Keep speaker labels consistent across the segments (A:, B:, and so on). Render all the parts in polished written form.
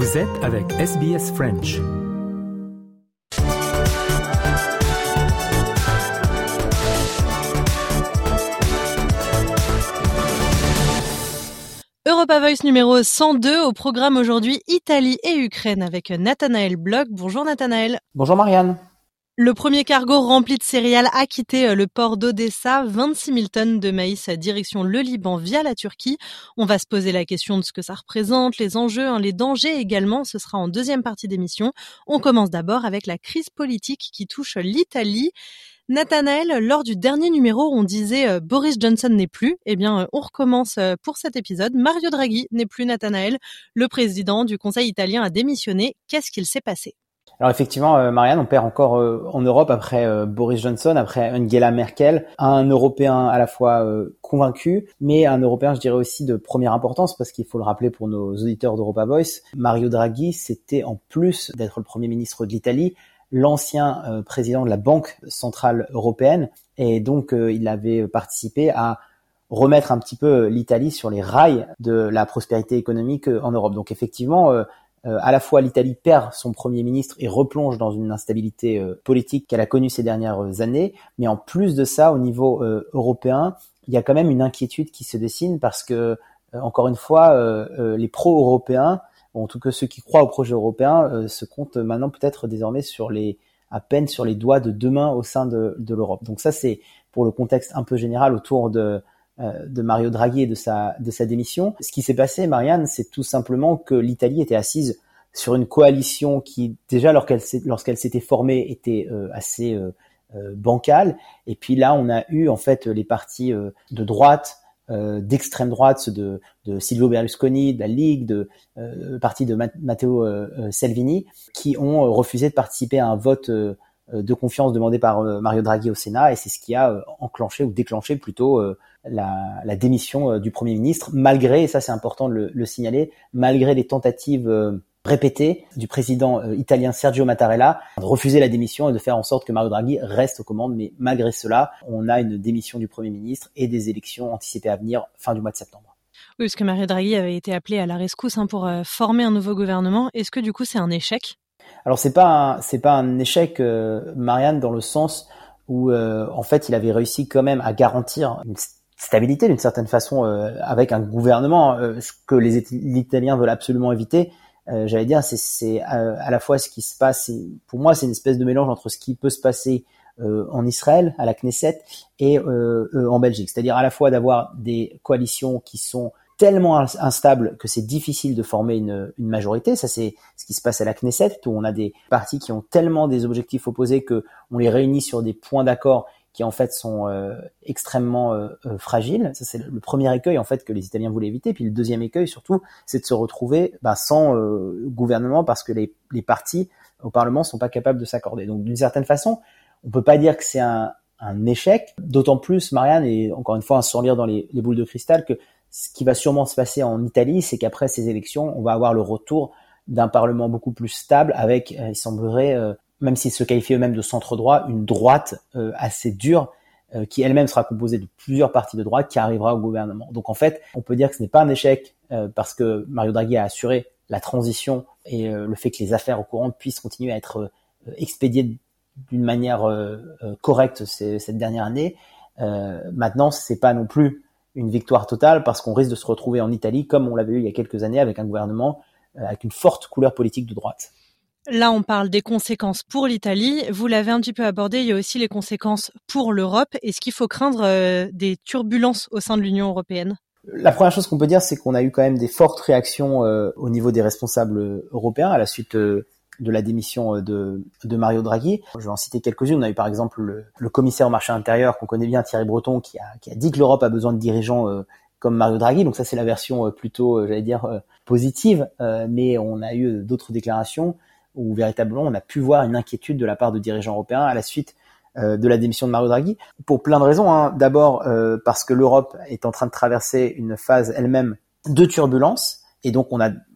A: Vous êtes avec SBS French.
B: Europa Voice numéro 102, au programme aujourd'hui Italie et Ukraine avec Nathanaël Bloch. Bonjour Nathanaël.
C: Bonjour Marianne.
B: Le premier cargo rempli de céréales a quitté le port d'Odessa, 26 000 tonnes de maïs direction le Liban via la Turquie. On va se poser la question de ce que ça représente, les enjeux, les dangers également. Ce sera en deuxième partie d'émission. On commence d'abord avec la crise politique qui touche l'Italie. Nathanaël, lors du dernier numéro, on disait Boris Johnson n'est plus. Eh bien, on recommence pour cet épisode. Mario Draghi n'est plus, Nathanaël. Le président du Conseil italien a démissionné. Qu'est-ce qu'il s'est passé ?
C: Alors effectivement, Marianne, on perd encore en Europe après Boris Johnson, après Angela Merkel, un Européen à la fois convaincu, mais un Européen, je dirais aussi de première importance, parce qu'il faut le rappeler pour nos auditeurs d'Europa Voice, Mario Draghi, c'était en plus d'être le Premier ministre de l'Italie, l'ancien président de la Banque centrale européenne, et donc il avait participé à remettre un petit peu l'Italie sur les rails de la prospérité économique en Europe. Donc effectivement, à la fois l'Italie perd son Premier ministre et replonge dans une instabilité politique qu'elle a connue ces dernières années, mais en plus de ça, au niveau européen, il y a quand même une inquiétude qui se dessine parce que, encore une fois, les pro-européens, en tout cas ceux qui croient au projet européen, se comptent maintenant peut-être désormais à peine sur les doigts de deux mains au sein de l'Europe. Donc ça, c'est pour le contexte un peu général autour de Mario Draghi et de sa démission. Ce qui s'est passé, Marianne, c'est tout simplement que l'Italie était assise sur une coalition qui, déjà lorsqu'elle s'était formée, était assez bancale. Et puis là, on a eu en fait les partis de droite, d'extrême droite, ceux de Silvio Berlusconi, de la Ligue, le parti de Matteo Salvini, qui ont refusé de participer à un vote de confiance demandé par Mario Draghi au Sénat, et c'est ce qui a enclenché ou déclenché plutôt la démission du Premier ministre, malgré, et ça c'est important de le signaler, malgré les tentatives répétées du président italien Sergio Mattarella de refuser la démission et de faire en sorte que Mario Draghi reste aux commandes. Mais malgré cela, on a une démission du Premier ministre et des élections anticipées à venir fin du mois de septembre.
B: Oui, parce que Mario Draghi avait été appelé à la rescousse pour former un nouveau gouvernement. Est-ce que du coup c'est un échec ?
C: Alors c'est pas un échec, Marianne, dans le sens où en fait il avait réussi quand même à garantir une stabilité d'une certaine façon avec un gouvernement, ce que les Italiens veulent absolument éviter. J'allais dire, c'est à la fois ce qui se passe. Pour moi, c'est une espèce de mélange entre ce qui peut se passer en Israël à la Knesset et en Belgique, c'est-à-dire à la fois d'avoir des coalitions qui sont tellement instable que c'est difficile de former une majorité. Ça, c'est ce qui se passe à la Knesset, où on a des partis qui ont tellement des objectifs opposés que on les réunit sur des points d'accord qui en fait sont extrêmement fragiles. Ça, c'est le premier écueil en fait que les Italiens voulaient éviter. Puis le deuxième écueil surtout, c'est de se retrouver sans gouvernement parce que les partis au Parlement sont pas capables de s'accorder. Donc d'une certaine façon, on peut pas dire que c'est un échec. D'autant plus, Marianne, et encore une fois sans lire dans les boules de cristal, que ce qui va sûrement se passer en Italie, c'est qu'après ces élections, on va avoir le retour d'un parlement beaucoup plus stable avec, il semblerait, même s'ils se qualifient eux-mêmes de centre-droit, une droite assez dure qui elle-même sera composée de plusieurs partis de droite qui arrivera au gouvernement. Donc en fait, on peut dire que ce n'est pas un échec parce que Mario Draghi a assuré la transition et le fait que les affaires courantes puissent continuer à être expédiées d'une manière correcte cette dernière année. Maintenant, c'est pas non plus une victoire totale parce qu'on risque de se retrouver en Italie comme on l'avait eu il y a quelques années avec un gouvernement avec une forte couleur politique de droite.
B: Là, on parle des conséquences pour l'Italie. Vous l'avez un petit peu abordé, il y a aussi les conséquences pour l'Europe. Est-ce qu'il faut craindre des turbulences au sein de l'Union européenne ?
C: La première chose qu'on peut dire, c'est qu'on a eu quand même des fortes réactions au niveau des responsables européens à la suite de la démission de Mario Draghi. Je vais en citer quelques-unes. On a eu par exemple le commissaire au marché intérieur qu'on connaît bien, Thierry Breton, qui a dit que l'Europe a besoin de dirigeants comme Mario Draghi. Donc ça, c'est la version plutôt, positive. Mais on a eu d'autres déclarations où véritablement on a pu voir une inquiétude de la part de dirigeants européens à la suite de la démission de Mario Draghi, pour plein de raisons. D'abord parce que l'Europe est en train de traverser une phase elle-même de turbulence. Et donc on a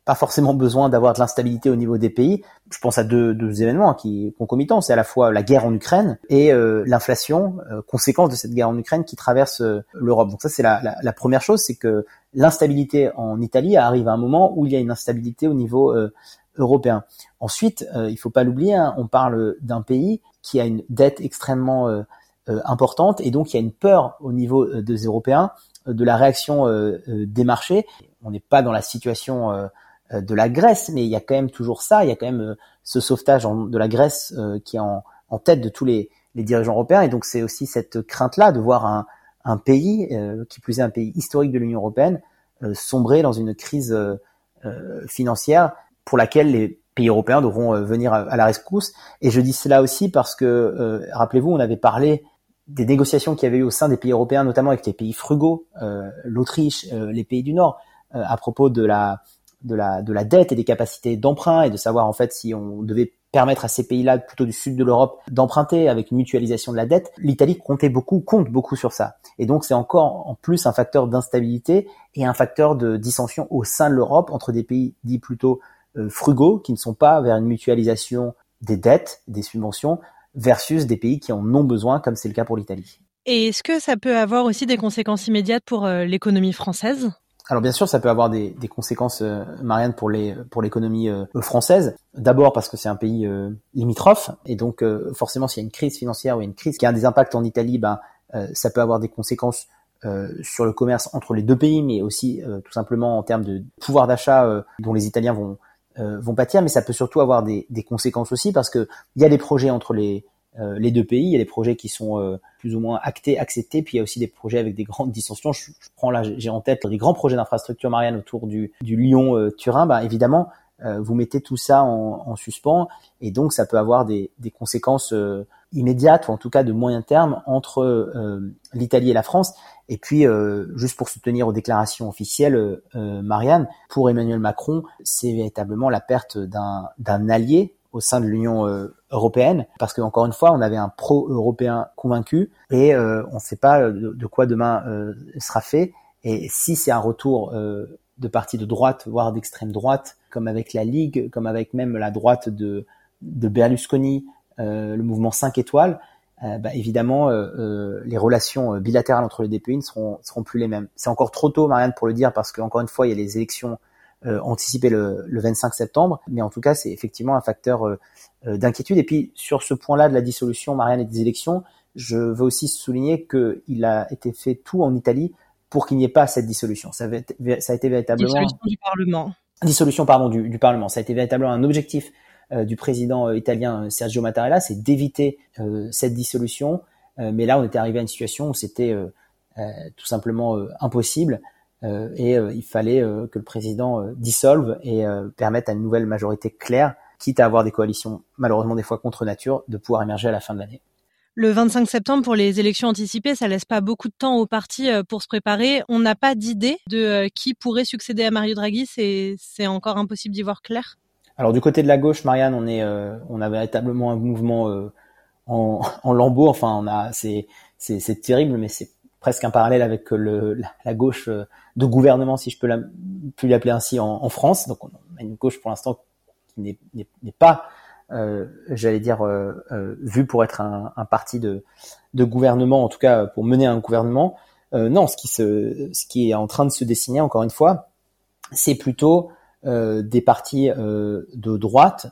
C: pas forcément besoin d'avoir de l'instabilité au niveau des pays. Je pense à deux événements qui concomitants. C'est à la fois la guerre en Ukraine et l'inflation, conséquence de cette guerre en Ukraine qui traverse l'Europe. Donc ça, c'est la première chose, c'est que l'instabilité en Italie arrive à un moment où il y a une instabilité au niveau européen. Ensuite, il faut pas l'oublier, hein, on parle d'un pays qui a une dette extrêmement importante et donc il y a une peur au niveau des Européens de la réaction des marchés. On n'est pas dans la situation de la Grèce, mais il y a quand même toujours ça, il y a quand même ce sauvetage de la Grèce qui est en tête de tous les dirigeants européens, et donc c'est aussi cette crainte-là de voir un pays, qui plus est un pays historique de l'Union européenne, sombrer dans une crise financière pour laquelle les pays européens devront venir à la rescousse. Et je dis cela aussi parce que, rappelez-vous, on avait parlé des négociations qu'il y avait eu au sein des pays européens, notamment avec les pays frugaux, l'Autriche, les pays du Nord, à propos de la dette et des capacités d'emprunt, et de savoir en fait si on devait permettre à ces pays-là, plutôt du sud de l'Europe, d'emprunter avec une mutualisation de la dette. L'Italie compte beaucoup sur ça. Et donc c'est encore en plus un facteur d'instabilité et un facteur de dissension au sein de l'Europe entre des pays dits plutôt frugaux, qui ne sont pas vers une mutualisation des dettes, des subventions, versus des pays qui en ont besoin, comme c'est le cas pour l'Italie.
B: Et est-ce que ça peut avoir aussi des conséquences immédiates pour l'économie française ?
C: Alors bien sûr, ça peut avoir des conséquences, Marianne, pour l'économie française. D'abord parce que c'est un pays limitrophe, et donc forcément, s'il y a une crise financière ou une crise qui a des impacts en Italie, ça peut avoir des conséquences sur le commerce entre les deux pays, mais aussi tout simplement en termes de pouvoir d'achat dont les Italiens vont pâtir. Mais ça peut surtout avoir des conséquences aussi parce que il y a des projets entre les deux pays, il y a des projets qui sont plus ou moins acceptés, puis il y a aussi des projets avec des grandes dissensions. Je prends là, j'ai en tête des grands projets d'infrastructure, Marianne, autour du Lyon-Turin. Évidemment, vous mettez tout ça en suspens, et donc ça peut avoir des conséquences immédiates, ou en tout cas de moyen terme, entre l'Italie et la France. Et puis, juste pour se tenir aux déclarations officielles, Marianne, pour Emmanuel Macron, c'est véritablement la perte d'un allié au sein de l'Union européenne, parce que encore une fois, on avait un pro-européen convaincu, et on ne sait pas de quoi demain sera fait. Et si c'est un retour de partis de droite, voire d'extrême droite, comme avec la Ligue, comme avec même la droite de Berlusconi, le mouvement 5 étoiles, évidemment, les relations bilatérales entre les deux pays ne seront plus les mêmes. C'est encore trop tôt, Marianne, pour le dire, parce qu'encore une fois, il y a les élections anticipées le 25 septembre, mais en tout cas, c'est effectivement un facteur d'inquiétude. Et puis, sur ce point-là de la dissolution, Marianne, et des élections, je veux aussi souligner qu'il a été fait tout en Italie pour qu'il n'y ait pas cette dissolution. Ça a été véritablement...
B: Dissolution du Parlement.
C: Dissolution, pardon, du Parlement. Ça a été véritablement un objectif du président italien Sergio Mattarella, c'est d'éviter cette dissolution. Mais là, on était arrivé à une situation où c'était tout simplement impossible. Et il fallait que le président dissolve et permette à une nouvelle majorité claire, quitte à avoir des coalitions, malheureusement des fois contre nature, de pouvoir émerger à la fin de l'année.
B: Le 25 septembre, pour les élections anticipées, ça laisse pas beaucoup de temps aux partis pour se préparer. On n'a pas d'idée de qui pourrait succéder à Mario Draghi. C'est encore impossible d'y voir clair.
C: Alors du côté de la gauche, Marianne, on a véritablement un mouvement en lambeaux. Enfin, c'est terrible, mais c'est presque un parallèle avec la gauche de gouvernement, si je peux plus l'appeler ainsi, en France. Donc on a une gauche pour l'instant qui n'est pas j'allais dire vu pour être un parti de gouvernement, en tout cas pour mener un gouvernement. Non, ce qui est en train de se dessiner, encore une fois, c'est plutôt des partis de droite,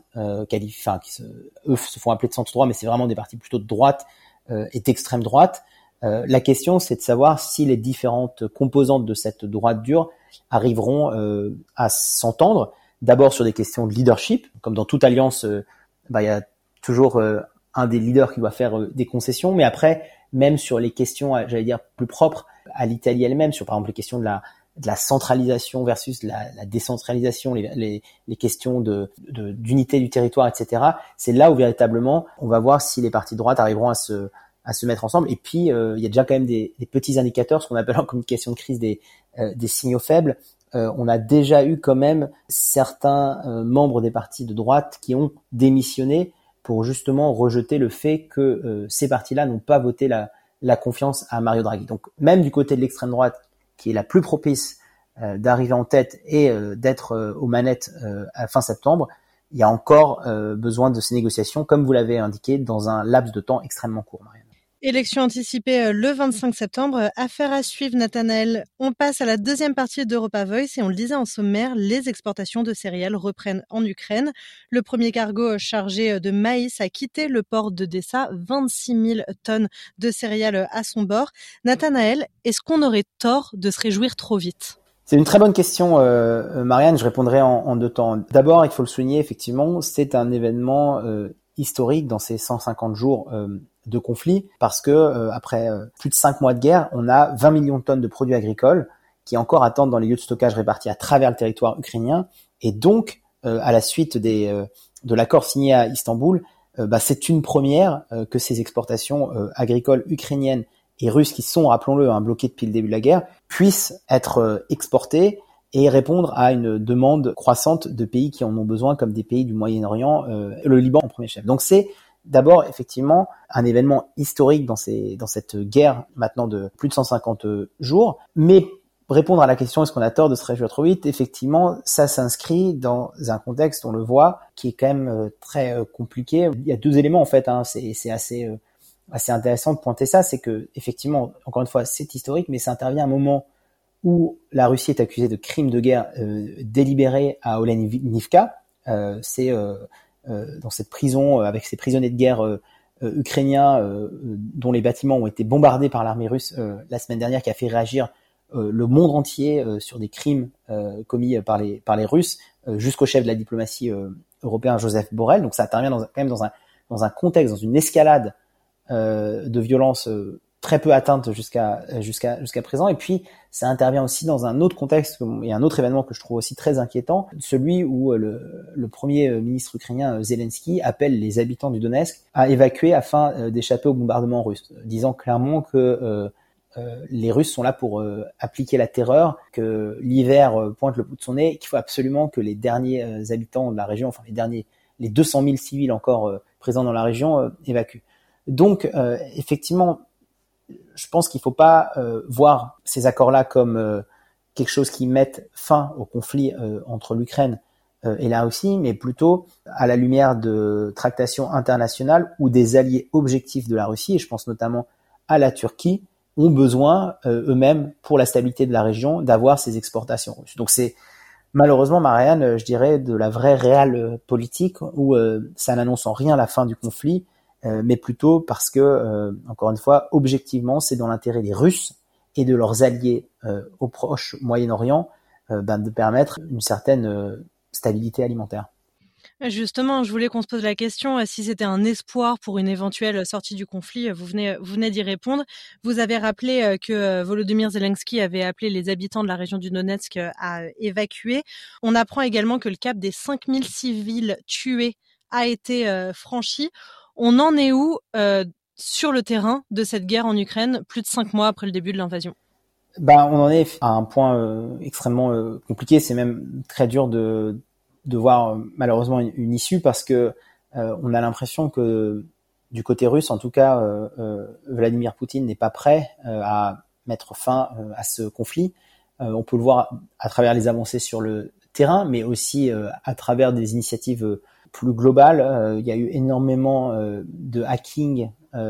C: eux se font appeler de centre droit, mais c'est vraiment des partis plutôt de droite et d'extrême droite. La question, c'est de savoir si les différentes composantes de cette droite dure arriveront à s'entendre. D'abord sur des questions de leadership, comme dans toute alliance, il y a toujours un des leaders qui doit faire des concessions, mais après, même sur les questions, j'allais dire, plus propres à l'Italie elle-même, sur par exemple les questions de la centralisation versus la décentralisation, les questions d'unité du territoire, etc. C'est là où véritablement on va voir si les partis de droite arriveront à se mettre ensemble. Et puis il y a déjà quand même des petits indicateurs, ce qu'on appelle en communication de crise des signaux faibles. On a déjà eu quand même certains membres des partis de droite qui ont démissionné pour justement rejeter le fait que ces partis-là n'ont pas voté la confiance à Mario Draghi. Donc même du côté de l'extrême droite, qui est la plus propice d'arriver en tête et d'être aux manettes à fin septembre, il y a encore besoin de ces négociations, comme vous l'avez indiqué, dans un laps de temps extrêmement court, Marianne.
B: Élection anticipée le 25 septembre. Affaire à suivre, Nathanaël. On passe à la deuxième partie d'Europa Voice et on le disait en sommaire, les exportations de céréales reprennent en Ukraine. Le premier cargo chargé de maïs a quitté le port d'Odessa, 26 000 tonnes de céréales à son bord. Nathanaël, est-ce qu'on aurait tort de se réjouir trop vite ?
C: C'est une très bonne question, Marianne. Je répondrai en deux temps. D'abord, il faut le souligner, effectivement, c'est un événement historique dans ces 150 jours de conflit, parce que après plus de 5 mois de guerre, on a 20 millions de tonnes de produits agricoles qui encore attendent dans les lieux de stockage répartis à travers le territoire ukrainien. Et donc, à la suite de l'accord signé à Istanbul, c'est une première que ces exportations agricoles ukrainiennes et russes, qui sont, rappelons-le, bloquées depuis le début de la guerre, puissent être exportées et répondre à une demande croissante de pays qui en ont besoin, comme des pays du Moyen-Orient, le Liban en premier chef. Donc c'est d'abord effectivement un événement historique dans cette guerre maintenant de plus de 150 jours. Mais répondre à la question est-ce qu'on a tort de se réjouir trop vite, effectivement ça s'inscrit dans un contexte, on le voit, qui est quand même très compliqué. Il y a deux éléments en fait, c'est assez intéressant de pointer ça, c'est que effectivement, encore une fois, c'est historique, mais ça intervient à un moment où la Russie est accusée de crimes de guerre délibérés à Olenivka. C'est dans cette prison avec ces prisonniers de guerre ukrainiens dont les bâtiments ont été bombardés par l'armée russe la semaine dernière, qui a fait réagir le monde entier sur des crimes commis par les Russes, jusqu'au chef de la diplomatie européen Joseph Borrell. Donc ça intervient quand même dans un contexte, dans une escalade de violence très peu atteinte jusqu'à présent. Et puis ça intervient aussi dans un autre contexte et un autre événement que je trouve aussi très inquiétant, celui où le premier ministre ukrainien Zelensky appelle les habitants du Donetsk à évacuer afin d'échapper au bombardement russe, disant clairement que les Russes sont là pour appliquer la terreur, que l'hiver pointe le bout de son nez, qu'il faut absolument que les derniers habitants de la région, enfin les 200 000 civils encore présents dans la région évacuent. Donc effectivement, je pense qu'il ne faut pas voir ces accords-là comme quelque chose qui mette fin au conflit entre l'Ukraine et la Russie, mais plutôt à la lumière de tractations internationales où des alliés objectifs de la Russie, et je pense notamment à la Turquie, ont besoin eux-mêmes, pour la stabilité de la région, d'avoir ces exportations russes. Donc c'est malheureusement, Marianne, je dirais, de la vraie réelle politique où ça n'annonce en rien la fin du conflit, mais plutôt parce que, encore une fois, objectivement, c'est dans l'intérêt des Russes et de leurs alliés au proche Moyen-Orient de permettre une certaine stabilité alimentaire.
B: Justement, je voulais qu'on se pose la question si c'était un espoir pour une éventuelle sortie du conflit. Vous venez d'y répondre. Vous avez rappelé que Volodymyr Zelensky avait appelé les habitants de la région du Donetsk à évacuer. On apprend également que le cap des 5000 civils tués a été franchi. On en est où sur le terrain de cette guerre en Ukraine, plus de 5 mois après le début de l'invasion ?
C: On en est à un point extrêmement compliqué. C'est même très dur de voir malheureusement une issue, parce que on a l'impression que du côté russe, en tout cas, Vladimir Poutine n'est pas prêt à mettre fin à ce conflit. On peut le voir à travers les avancées sur le terrain, mais aussi à travers des initiatives plus globales. Il y a eu énormément de hacking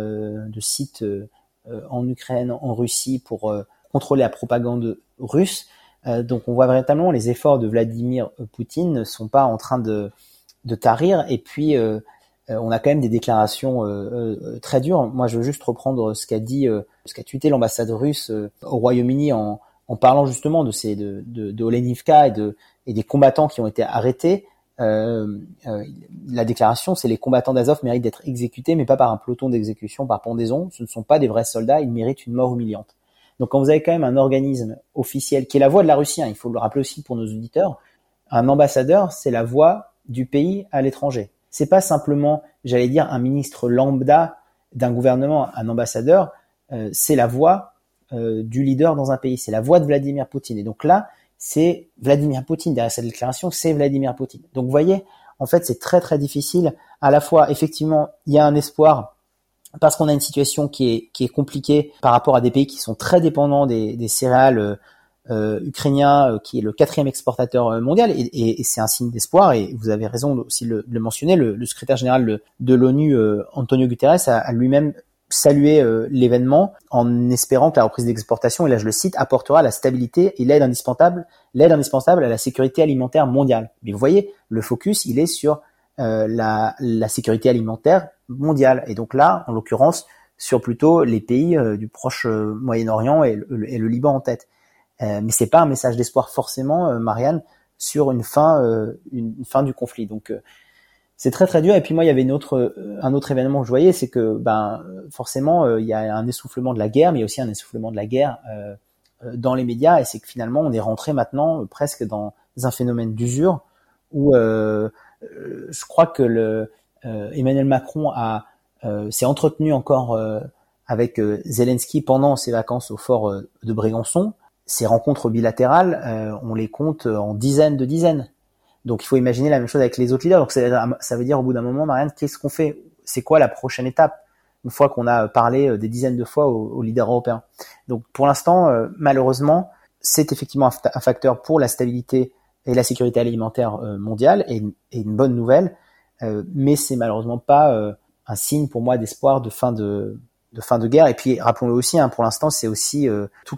C: de sites en Ukraine, en Russie, pour contrôler la propagande russe. Donc on voit véritablement les efforts de Vladimir Poutine ne sont pas en train de tarir. Et puis on a quand même des déclarations très dures. Moi, je veux juste reprendre ce qu'a tweeté l'ambassade russe au Royaume-Uni en parlant justement de Olenivka et des combattants qui ont été arrêtés. La déclaration, c'est: les combattants d'Azov méritent d'être exécutés, mais pas par un peloton d'exécution, par pendaison. Ce ne sont pas des vrais soldats, ils méritent une mort humiliante. Donc quand vous avez quand même un organisme officiel qui est la voix de la Russie, il faut le rappeler aussi pour nos auditeurs, un ambassadeur, c'est la voix du pays à l'étranger. C'est pas simplement, j'allais dire, un ministre lambda d'un gouvernement. Un ambassadeur, c'est la voix du leader dans un pays, c'est la voix de Vladimir Poutine. Et donc là, c'est Vladimir Poutine derrière cette déclaration, c'est Vladimir Poutine. Donc vous voyez, en fait, c'est très très difficile. À la fois, effectivement, il y a un espoir, parce qu'on a une situation qui est compliquée par rapport à des pays qui sont très dépendants des céréales ukrainien qui est le 4e exportateur mondial et c'est un signe d'espoir et vous avez raison aussi de le mentionner. Le secrétaire général de l'ONU, Antonio Guterres, a lui-même salué l'événement en espérant que la reprise d'exportation, et là je le cite, apportera la stabilité et l'aide indispensable à la sécurité alimentaire mondiale. Mais vous voyez, le focus il est sur la sécurité alimentaire mondiale et donc là, en l'occurrence, sur plutôt les pays du proche Moyen-Orient et le Liban en tête. Mais c'est pas un message d'espoir forcément, Marianne, sur une fin du conflit. Donc c'est très très dur. Et puis moi, il y avait un autre événement que je voyais, c'est que forcément il y a un essoufflement de la guerre, mais il y a aussi un essoufflement de la guerre dans les médias. Et c'est que finalement, on est rentré maintenant presque dans un phénomène d'usure où je crois que Emmanuel Macron s'est entretenu encore avec Zelensky pendant ses vacances au fort de Brégançon. Ces rencontres bilatérales, on les compte en dizaines de dizaines. Donc il faut imaginer la même chose avec les autres leaders. Donc ça veut dire au bout d'un moment, Marianne, qu'est-ce qu'on fait? C'est quoi la prochaine étape une fois qu'on a parlé des dizaines de fois aux leaders européens? Donc pour l'instant, malheureusement, c'est effectivement un facteur pour la stabilité et la sécurité alimentaire mondiale et une bonne nouvelle, mais c'est malheureusement pas un signe pour moi d'espoir de fin de guerre. Et puis rappelons-le aussi, pour l'instant, c'est aussi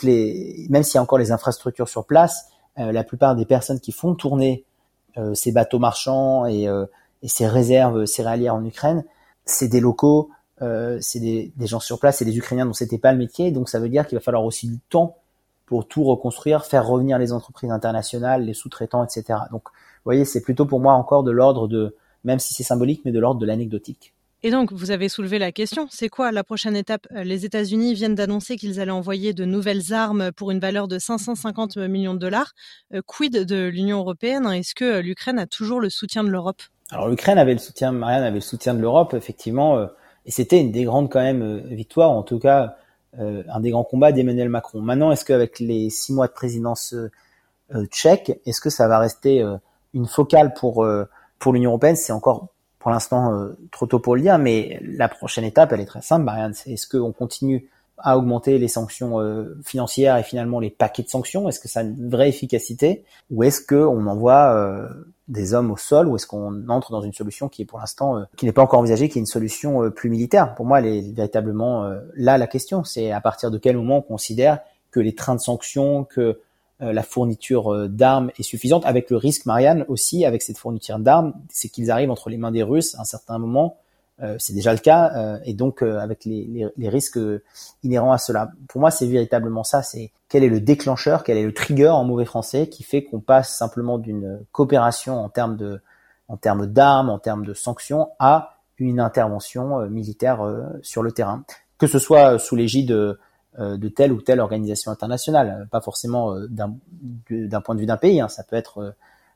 C: même s'il y a encore les infrastructures sur place, la plupart des personnes qui font tourner ces bateaux marchands et ces réserves céréalières en Ukraine, c'est des locaux, c'est des gens sur place, c'est des Ukrainiens dont c'était pas le métier. Donc ça veut dire qu'il va falloir aussi du temps pour tout reconstruire, faire revenir les entreprises internationales, les sous-traitants, etc. Donc vous voyez, c'est plutôt pour moi encore de l'ordre de, même si c'est symbolique, mais de l'ordre de l'anecdotique.
B: Et donc, vous avez soulevé la question, c'est quoi la prochaine étape? Les États-Unis viennent d'annoncer qu'ils allaient envoyer de nouvelles armes pour une valeur de 550 millions de dollars. Quid de l'Union européenne? Est-ce que l'Ukraine a toujours le soutien de l'Europe?
C: Alors l'Ukraine avait le soutien, Marianne avait le soutien de l'Europe, effectivement, et c'était une des grandes quand même victoires, en tout cas un des grands combats d'Emmanuel Macron. Maintenant, est-ce qu'avec les 6 mois de présidence tchèque, est-ce que ça va rester une focale pour l'Union européenne? C'est encore pour l'instant trop tôt pour le dire, mais la prochaine étape, elle est très simple, Marianne. C'est est-ce qu'on continue à augmenter les sanctions financières et finalement les paquets de sanctions? Est-ce que ça a une vraie efficacité? Ou est-ce qu'on envoie des hommes au sol? Ou est-ce qu'on entre dans une solution qui est pour l'instant, qui n'est pas encore envisagée, qui est une solution plus militaire? Pour moi, elle est véritablement là la question. C'est à partir de quel moment on considère que les trains de sanctions, que la fourniture d'armes est suffisante, avec le risque, Marianne, aussi, avec cette fourniture d'armes, c'est qu'ils arrivent entre les mains des Russes à un certain moment. C'est déjà le cas, et donc avec les risques inhérents à cela. Pour moi, c'est véritablement ça, c'est quel est le déclencheur, quel est le trigger en mauvais français qui fait qu'on passe simplement d'une coopération en termes d'armes, en termes de sanctions, à une intervention militaire sur le terrain, que ce soit sous l'égide de telle ou telle organisation internationale, pas forcément d'un point de vue d'un pays, ça peut être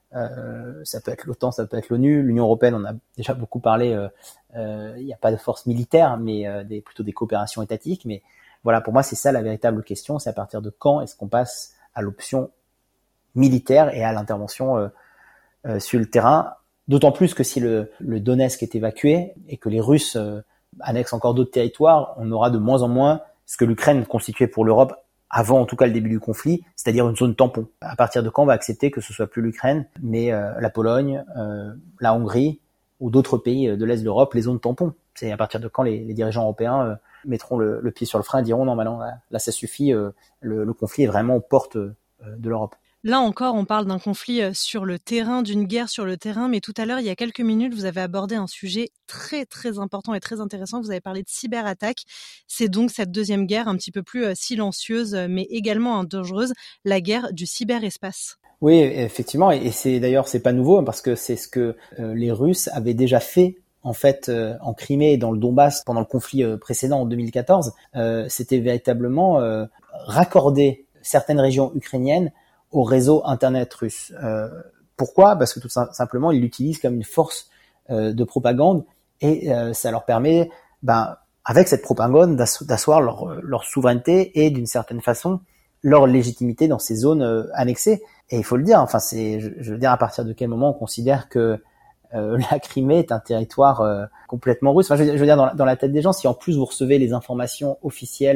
C: l'OTAN, ça peut être l'ONU, l'Union européenne, on a déjà beaucoup parlé, il n'y a pas de force militaire, mais plutôt des coopérations étatiques. Mais voilà, pour moi, c'est ça la véritable question, c'est à partir de quand est-ce qu'on passe à l'option militaire et à l'intervention sur le terrain, d'autant plus que si le Donetsk est évacué et que les Russes annexent encore d'autres territoires, on aura de moins en moins ce que l'Ukraine constituait pour l'Europe avant en tout cas le début du conflit, c'est-à-dire une zone tampon. À partir de quand on va accepter que ce soit plus l'Ukraine, mais la Pologne, la Hongrie ou d'autres pays de l'Est de l'Europe, les zones tampons? C'est à partir de quand les dirigeants européens mettront le pied sur le frein et diront non, maintenant là ça suffit, le conflit est vraiment aux portes de l'Europe.
B: Là encore, on parle d'un conflit sur le terrain, d'une guerre sur le terrain, mais tout à l'heure, il y a quelques minutes, vous avez abordé un sujet très très important et très intéressant. Vous avez parlé de cyberattaque. C'est donc cette deuxième guerre un petit peu plus silencieuse, mais également dangereuse, la guerre du cyberespace.
C: Oui, effectivement, et c'est pas nouveau parce que c'est ce que les Russes avaient déjà fait en fait en Crimée et dans le Donbass pendant le conflit précédent en 2014. C'était véritablement raccorder certaines régions ukrainiennes au réseau Internet russe. Pourquoi? Parce que tout simplement, ils l'utilisent comme une force de propagande et ça leur permet, avec cette propagande, d'asseoir leur souveraineté et d'une certaine façon leur légitimité dans ces zones annexées. Et il faut le dire, je veux dire, à partir de quel moment on considère que la Crimée est un territoire complètement russe? Je veux dire, dans la tête des gens, si en plus vous recevez les informations officielles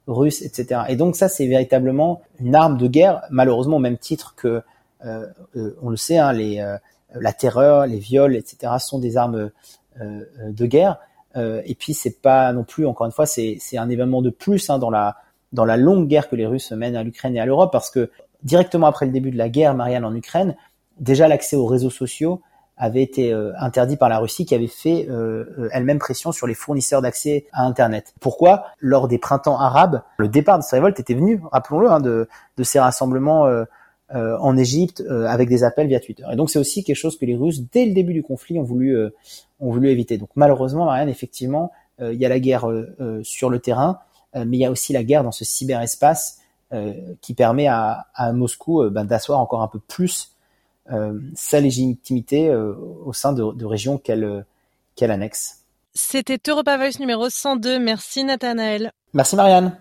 C: russe, etc. Et donc ça, c'est véritablement une arme de guerre, malheureusement au même titre que, on le sait, la terreur, les viols, etc. sont des armes de guerre. Et puis c'est pas non plus, encore une fois, c'est un événement de plus dans la longue guerre que les Russes mènent à l'Ukraine et à l'Europe, parce que directement après le début de la guerre, Marianne, en Ukraine, déjà l'accès aux réseaux sociaux avait été interdit par la Russie, qui avait fait elle-même pression sur les fournisseurs d'accès à Internet. Pourquoi ? Lors des printemps arabes, le départ de cette révolte était venu, rappelons-le, de ces rassemblements en Égypte avec des appels via Twitter. Et donc c'est aussi quelque chose que les Russes, dès le début du conflit, ont voulu éviter. Donc malheureusement, Marianne, effectivement, il y a la guerre sur le terrain, mais il y a aussi la guerre dans ce cyberespace qui permet à Moscou d'asseoir encore un peu plus sa légitimité au sein de régions qu'elle annexe.
B: C'était Europa Voice numéro 102. Merci Nathanaël.
C: Merci Marianne.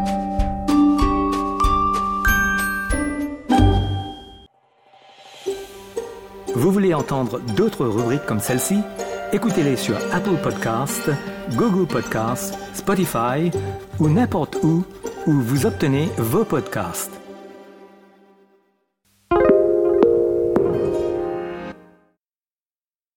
A: Vous voulez entendre d'autres rubriques comme celle-ci ? Écoutez-les sur Apple Podcasts, Google Podcasts, Spotify ou n'importe où vous obtenez vos podcasts.